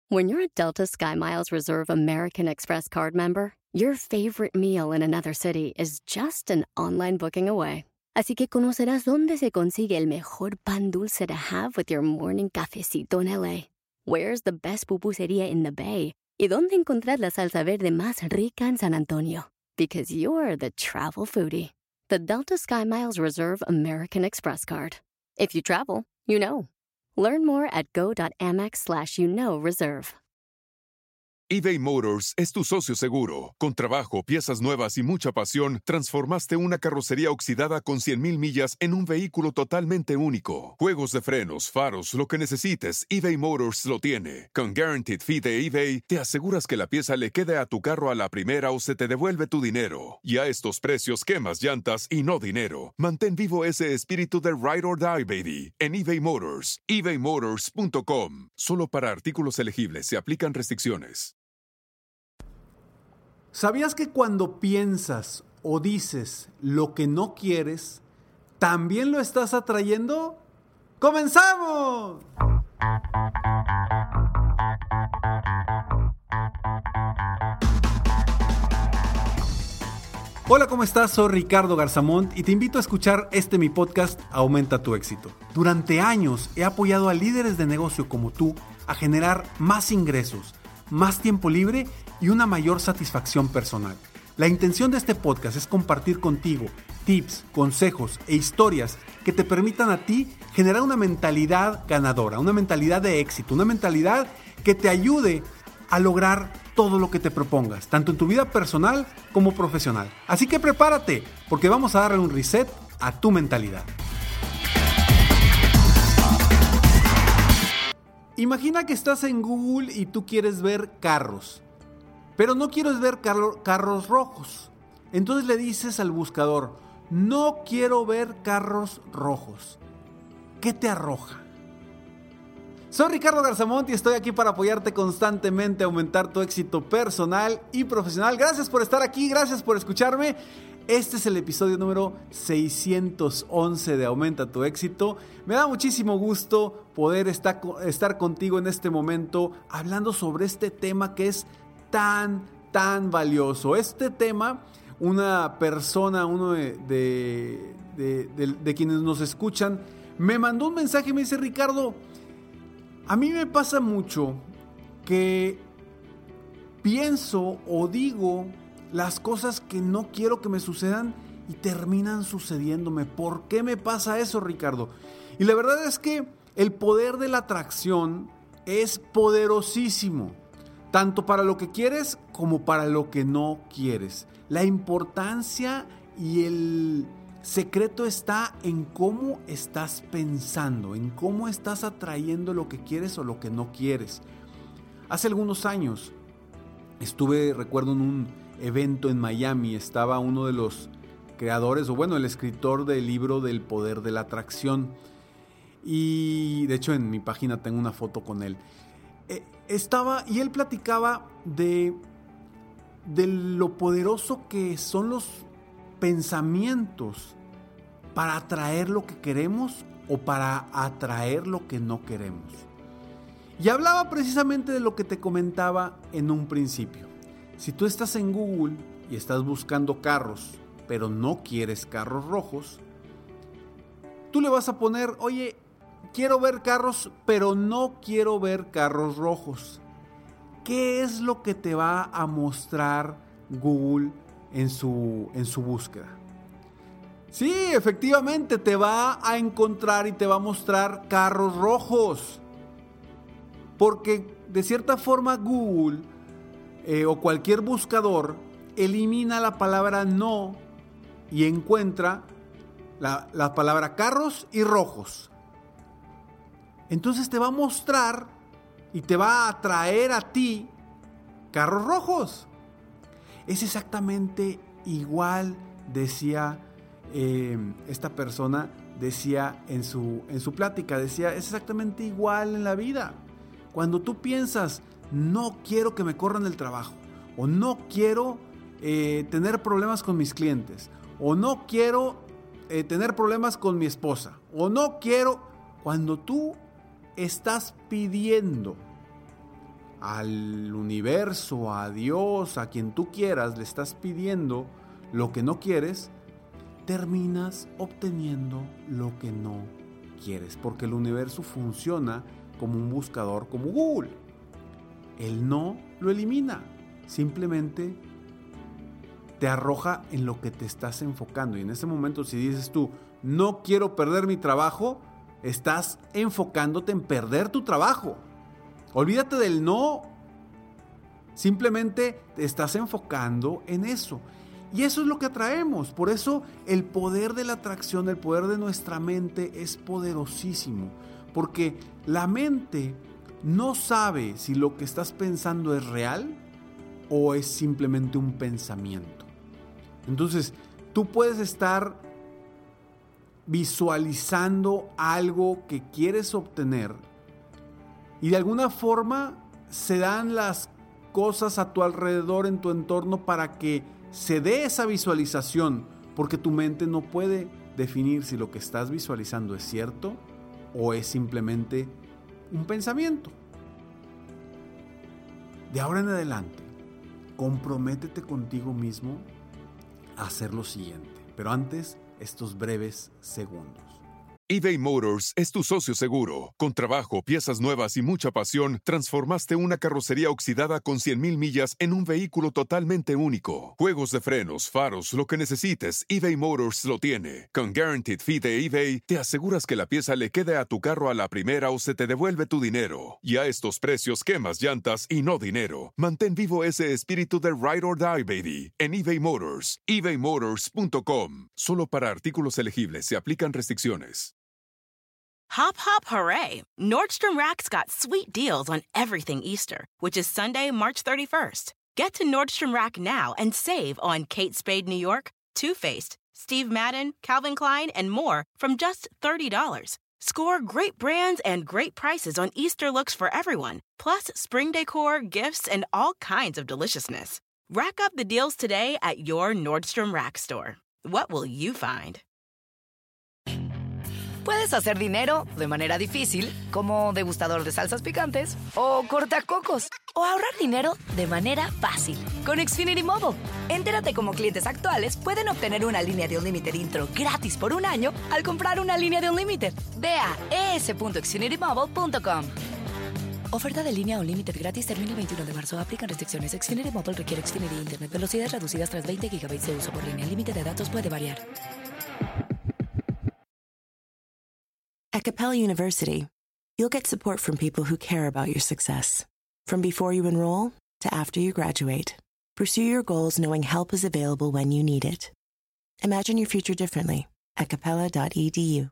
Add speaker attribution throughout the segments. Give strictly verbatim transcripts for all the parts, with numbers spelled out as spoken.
Speaker 1: When you're a Delta SkyMiles Reserve American Express card member, your favorite meal in another city is just an online booking away. Así que conocerás dónde se consigue el mejor pan dulce to have with your morning cafecito en L A. Where's the best pupusería in the Bay? Y dónde encontrar la salsa verde más rica en San Antonio. Because you're the travel foodie. The Delta SkyMiles Reserve American Express card. If you travel, you know. Learn more at go.amex slash you know reserve.
Speaker 2: eBay Motors es tu socio seguro. Con trabajo, piezas nuevas y mucha pasión, transformaste una carrocería oxidada con cien mil millas en un vehículo totalmente único. Juegos de frenos, faros, lo que necesites, eBay Motors lo tiene. Con Guaranteed Fee de eBay, te aseguras que la pieza le quede a tu carro a la primera o se te devuelve tu dinero. Y a estos precios, quemas llantas y no dinero. Mantén vivo ese espíritu de Ride or Die, baby, en eBay Motors. ebay motors punto com. Solo para artículos elegibles se aplican restricciones.
Speaker 3: ¿Sabías que cuando piensas o dices lo que no quieres, también lo estás atrayendo? ¡Comenzamos! Hola, ¿cómo estás? Soy Ricardo Garzamont y te invito a escuchar este mi podcast Aumenta tu éxito. Durante años he apoyado a líderes de negocio como tú a generar más ingresos, más tiempo libre y una mayor satisfacción personal. La intención de este podcast es compartir contigo tips, consejos e historias que te permitan a ti generar una mentalidad ganadora, una mentalidad de éxito, una mentalidad que te ayude a lograr todo lo que te propongas, tanto en tu vida personal como profesional. Así que prepárate, porque vamos a darle un reset a tu mentalidad. Imagina que estás en Google y tú quieres ver carros, pero no quieres ver carro, carros rojos. Entonces le dices al buscador, no quiero ver carros rojos. ¿Qué te arroja? Soy Ricardo Garzamont y estoy aquí para apoyarte constantemente a aumentar tu éxito personal y profesional. Gracias por estar aquí, gracias por escucharme. Este es el episodio número seiscientos once de Aumenta tu éxito. Me da muchísimo gusto poder estar, estar contigo en este momento hablando sobre este tema que es tan, tan valioso. Este tema, una persona, uno de, de, de, de, de quienes nos escuchan, me mandó un mensaje y me dice, Ricardo, a mí me pasa mucho que pienso o digo las cosas que no quiero que me sucedan y terminan sucediéndome. ¿Por qué me pasa eso, Ricardo? Y la verdad es que el poder de la atracción es poderosísimo, tanto para lo que quieres como para lo que no quieres. La importancia y el secreto está en cómo estás pensando, en cómo estás atrayendo lo que quieres o lo que no quieres. Hace algunos años estuve, recuerdo, en un evento en Miami. Estaba uno de los creadores, o bueno, el escritor del libro del poder de la atracción. Y de hecho en mi página tengo una foto con él. Eh, estaba y él platicaba de, de lo poderoso que son los pensamientos para atraer lo que queremos o para atraer lo que no queremos. Y hablaba precisamente de lo que te comentaba en un principio. Si tú estás en Google y estás buscando carros, pero no quieres carros rojos, tú le vas a poner, oye, quiero ver carros, pero no quiero ver carros rojos. ¿Qué es lo que te va a mostrar Google en su, en su búsqueda? Sí, efectivamente, te va a encontrar y te va a mostrar carros rojos. Porque de cierta forma Google eh, o cualquier buscador elimina la palabra no y encuentra la, la palabra carros y rojos. Entonces te va a mostrar y te va a atraer a ti carros rojos. Es exactamente igual, decía eh, esta persona, decía en su, en su plática, decía, es exactamente igual en la vida. Cuando tú piensas, no quiero que me corran el trabajo, o no quiero eh, tener problemas con mis clientes, o no quiero eh, tener problemas con mi esposa, o no quiero... Cuando tú estás pidiendo al universo, a Dios, a quien tú quieras, le estás pidiendo lo que no quieres, terminas obteniendo lo que no quieres, porque el universo funciona como un buscador, como Google. El no lo elimina, simplemente te arroja en lo que te estás enfocando. Y en ese momento, si dices tú, no quiero perder mi trabajo, estás enfocándote en perder tu trabajo. Olvídate del no, simplemente te estás enfocando en eso. Y eso es lo que atraemos. Por eso el poder de la atracción, el poder de nuestra mente es poderosísimo. Porque la mente no sabe si lo que estás pensando es real o es simplemente un pensamiento. Entonces, tú puedes estar visualizando algo que quieres obtener y de alguna forma se dan las cosas a tu alrededor, en tu entorno, para que se dé esa visualización, porque tu mente no puede definir si lo que estás visualizando es cierto o es simplemente un pensamiento. De ahora en adelante, comprométete contigo mismo a hacer lo siguiente, pero antes, estos breves segundos.
Speaker 2: eBay Motors es tu socio seguro. Con trabajo, piezas nuevas y mucha pasión, transformaste una carrocería oxidada con cien mil millas en un vehículo totalmente único. Juegos de frenos, faros, lo que necesites, eBay Motors lo tiene. Con Guaranteed Fee de eBay, te aseguras que la pieza le quede a tu carro a la primera o se te devuelve tu dinero. Y a estos precios, quemas llantas y no dinero. Mantén vivo ese espíritu de Ride or Die, baby, en eBay Motors. ebay motors punto com. Solo para artículos elegibles se aplican restricciones.
Speaker 4: Hop, hop, hooray! Nordstrom Rack's got sweet deals on everything Easter, which is Sunday, March thirty-first. Get to Nordstrom Rack now and save on Kate Spade New York, Too Faced, Steve Madden, Calvin Klein, and more from just thirty dollars. Score great brands and great prices on Easter looks for everyone, plus spring decor, gifts, and all kinds of deliciousness. Rack up the deals today at your Nordstrom Rack store. What will you find?
Speaker 5: Puedes hacer dinero de manera difícil, como degustador de salsas picantes, o cortacocos, o ahorrar dinero de manera fácil con Xfinity Mobile. Entérate cómo clientes actuales pueden obtener una línea de Unlimited intro gratis por un año al comprar una línea de Unlimited. Ve a e s punto xfinity mobile punto com. Oferta de línea Unlimited gratis termina el veintiuno de marzo. Aplican restricciones. Xfinity Mobile requiere Xfinity Internet. Velocidades reducidas tras veinte gigabytes de uso por línea. El límite de datos puede variar.
Speaker 6: At Capella University, you'll get support from people who care about your success. From before you enroll to after you graduate, pursue your goals knowing help is available when you need it. Imagine your future differently at capella dot e d u.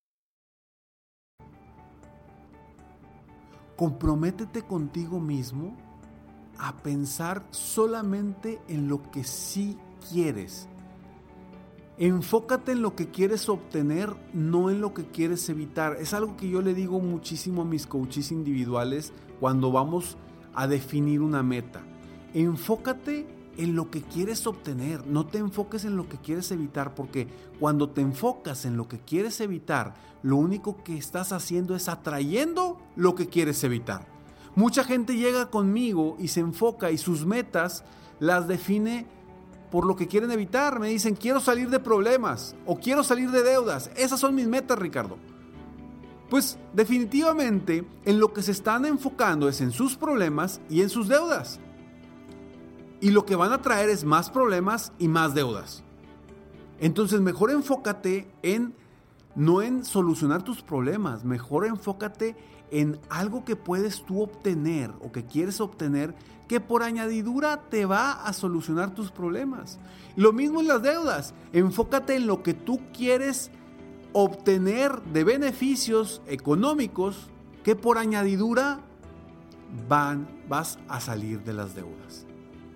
Speaker 3: Comprométete contigo mismo a pensar solamente en lo que sí quieres. Enfócate en lo que quieres obtener, no en lo que quieres evitar. Es algo que yo le digo muchísimo a mis coaches individuales cuando vamos a definir una meta. Enfócate en lo que quieres obtener, no te enfoques en lo que quieres evitar, porque cuando te enfocas en lo que quieres evitar, lo único que estás haciendo es atrayendo lo que quieres evitar. Mucha gente llega conmigo y se enfoca y sus metas las define por lo que quieren evitar. Me dicen, quiero salir de problemas o quiero salir de deudas. Esas son mis metas, Ricardo. Pues definitivamente en lo que se están enfocando es en sus problemas y en sus deudas. Y lo que van a traer es más problemas y más deudas. Entonces mejor enfócate en, no en solucionar tus problemas, mejor enfócate en algo que puedes tú obtener o que quieres obtener, que por añadidura te va a solucionar tus problemas. Lo mismo en las deudas, enfócate en lo que tú quieres obtener de beneficios económicos, que por añadidura van, vas a salir de las deudas.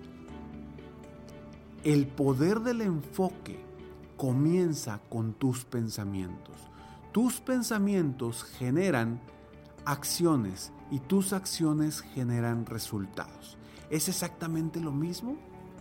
Speaker 3: El poder del enfoque comienza con tus pensamientos. Tus pensamientos generan acciones y tus acciones generan resultados. Es exactamente lo mismo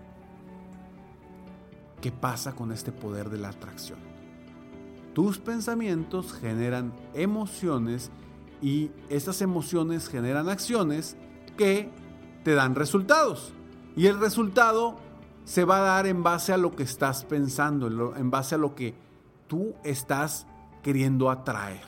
Speaker 3: que pasa con este poder de la atracción. Tus pensamientos generan emociones y estas emociones generan acciones que te dan resultados. Y el resultado se va a dar en base a lo que estás pensando, en base a lo que tú estás queriendo atraer.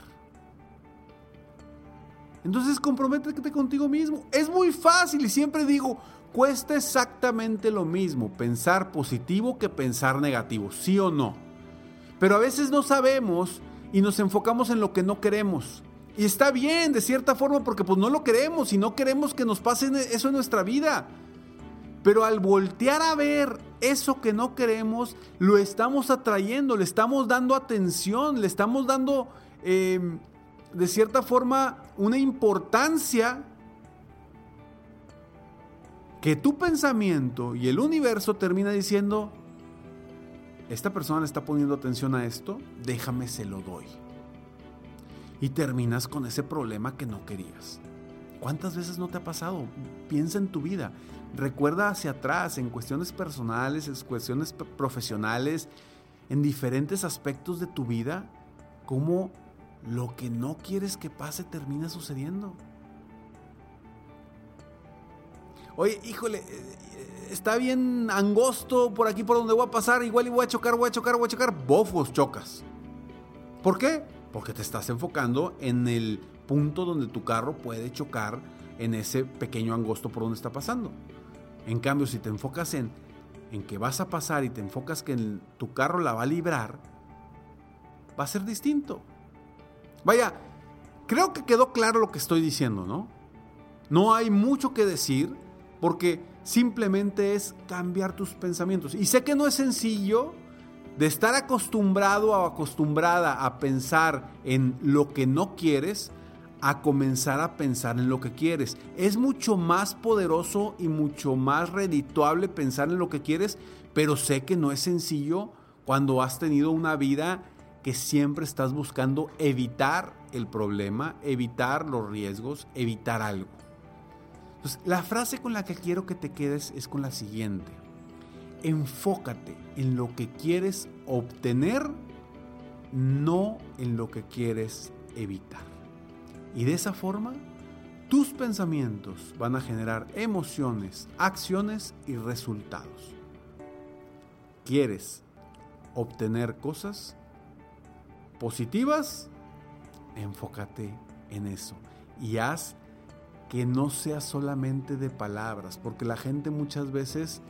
Speaker 3: Entonces comprométete contigo mismo. Es muy fácil y siempre digo, cuesta exactamente lo mismo pensar positivo que pensar negativo, ¿sí o no? Pero a veces no sabemos y nos enfocamos en lo que no queremos. Y está bien de cierta forma porque pues no lo queremos y no queremos que nos pase eso en nuestra vida. Pero al voltear a ver eso que no queremos, lo estamos atrayendo, le estamos dando atención, le estamos dando... Eh, de cierta forma, una importancia que tu pensamiento y el universo termina diciendo, esta persona le está poniendo atención a esto, déjame se lo doy. Y terminas con ese problema que no querías. ¿Cuántas veces no te ha pasado? Piensa en tu vida. Recuerda hacia atrás, en cuestiones personales, en cuestiones profesionales, en diferentes aspectos de tu vida, cómo lo que no quieres que pase termina sucediendo. Oye, híjole, está bien angosto por aquí por donde voy a pasar, igual y voy a chocar, voy a chocar, voy a chocar. Bofos, chocas. ¿Por qué? Porque te estás enfocando en el punto donde tu carro puede chocar en ese pequeño angosto por donde está pasando. En cambio, si te enfocas en, en que vas a pasar y te enfocas que en, tu carro la va a librar, va a ser distinto. Vaya, creo que quedó claro lo que estoy diciendo, ¿no? No hay mucho que decir porque simplemente es cambiar tus pensamientos. Y sé que no es sencillo de estar acostumbrado o acostumbrada a pensar en lo que no quieres a comenzar a pensar en lo que quieres. Es mucho más poderoso y mucho más redituable pensar en lo que quieres, pero sé que no es sencillo cuando has tenido una vida que siempre estás buscando evitar el problema, evitar los riesgos, evitar algo. Entonces, la frase con la que quiero que te quedes es con la siguiente. Enfócate en lo que quieres obtener, no en lo que quieres evitar. Y de esa forma, tus pensamientos van a generar emociones, acciones y resultados. ¿Quieres obtener cosas positivas? Enfócate en eso y haz que no sea solamente de palabras, porque la gente muchas veces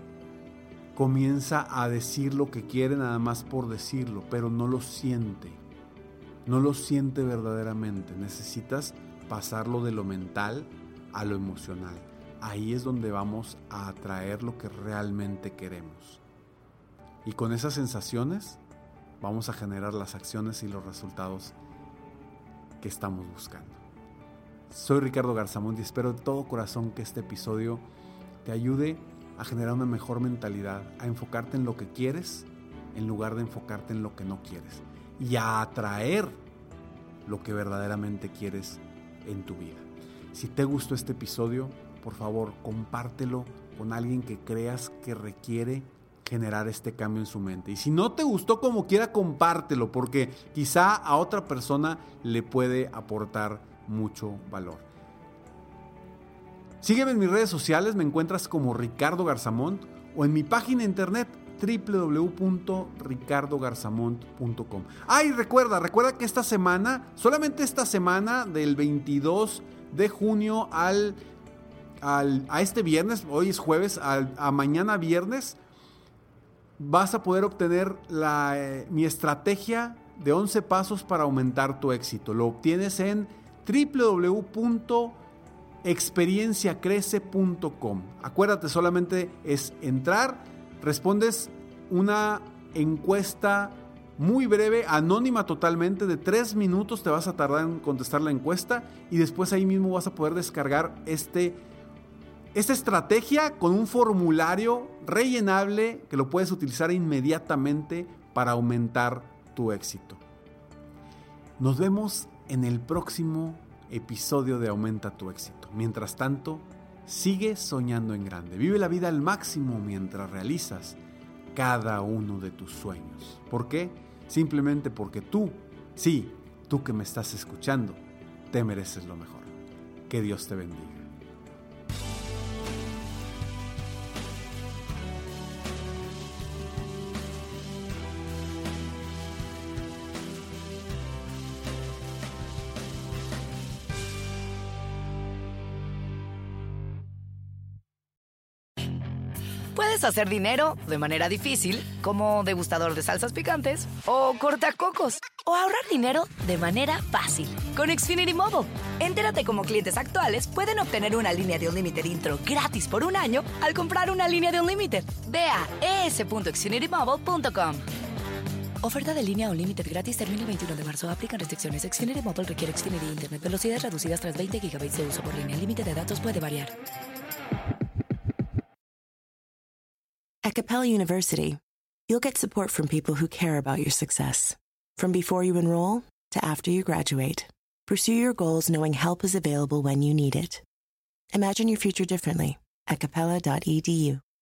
Speaker 3: comienza a decir lo que quiere nada más por decirlo, pero no lo siente, no lo siente verdaderamente. Necesitas pasarlo de lo mental a lo emocional. Ahí es donde vamos a atraer lo que realmente queremos. Y con esas sensaciones vamos a generar las acciones y los resultados que estamos buscando. Soy Ricardo Garzamont y espero de todo corazón que este episodio te ayude a generar una mejor mentalidad, a enfocarte en lo que quieres en lugar de enfocarte en lo que no quieres y a atraer lo que verdaderamente quieres en tu vida. Si te gustó este episodio, por favor, compártelo con alguien que creas que requiere generar este cambio en su mente. Y si no te gustó como quiera, compártelo, porque quizá a otra persona le puede aportar mucho valor. Sígueme en mis redes sociales, me encuentras como Ricardo Garzamont o en mi página de internet doble u doble u doble u punto ricardo garzamont punto com. Ah, y recuerda, recuerda que esta semana, solamente esta semana del veintidós de junio al, al a este viernes, hoy es jueves, al, a mañana viernes, vas a poder obtener la, eh, mi estrategia de once pasos para aumentar tu éxito. Lo obtienes en doble u doble u doble u punto experiencia crece punto com. Acuérdate, solamente es entrar, respondes una encuesta muy breve, anónima totalmente, de tres minutos te vas a tardar en contestar la encuesta y después ahí mismo vas a poder descargar este, esta estrategia con un formulario rellenable que lo puedes utilizar inmediatamente para aumentar tu éxito. Nos vemos en el próximo episodio de Aumenta tu éxito. Mientras tanto, sigue soñando en grande. Vive la vida al máximo mientras realizas cada uno de tus sueños. ¿Por qué? Simplemente porque tú, sí, tú que me estás escuchando, te mereces lo mejor. Que Dios te bendiga.
Speaker 5: Puedes hacer dinero de manera difícil, como degustador de salsas picantes, o cortacocos, o ahorrar dinero de manera fácil con Xfinity Mobile. Entérate cómo clientes actuales pueden obtener una línea de Unlimited intro gratis por un año al comprar una línea de Unlimited. Ve a e s punto xfinity mobile punto com. Oferta de línea Unlimited gratis termina el veintiuno de marzo. Aplican restricciones. Xfinity Mobile requiere Xfinity Internet. Velocidades reducidas tras veinte gigabytes de uso por línea. El límite de datos puede variar.
Speaker 6: At Capella University, you'll get support from people who care about your success. From before you enroll to after you graduate, pursue your goals knowing help is available when you need it. Imagine your future differently at capella dot e d u.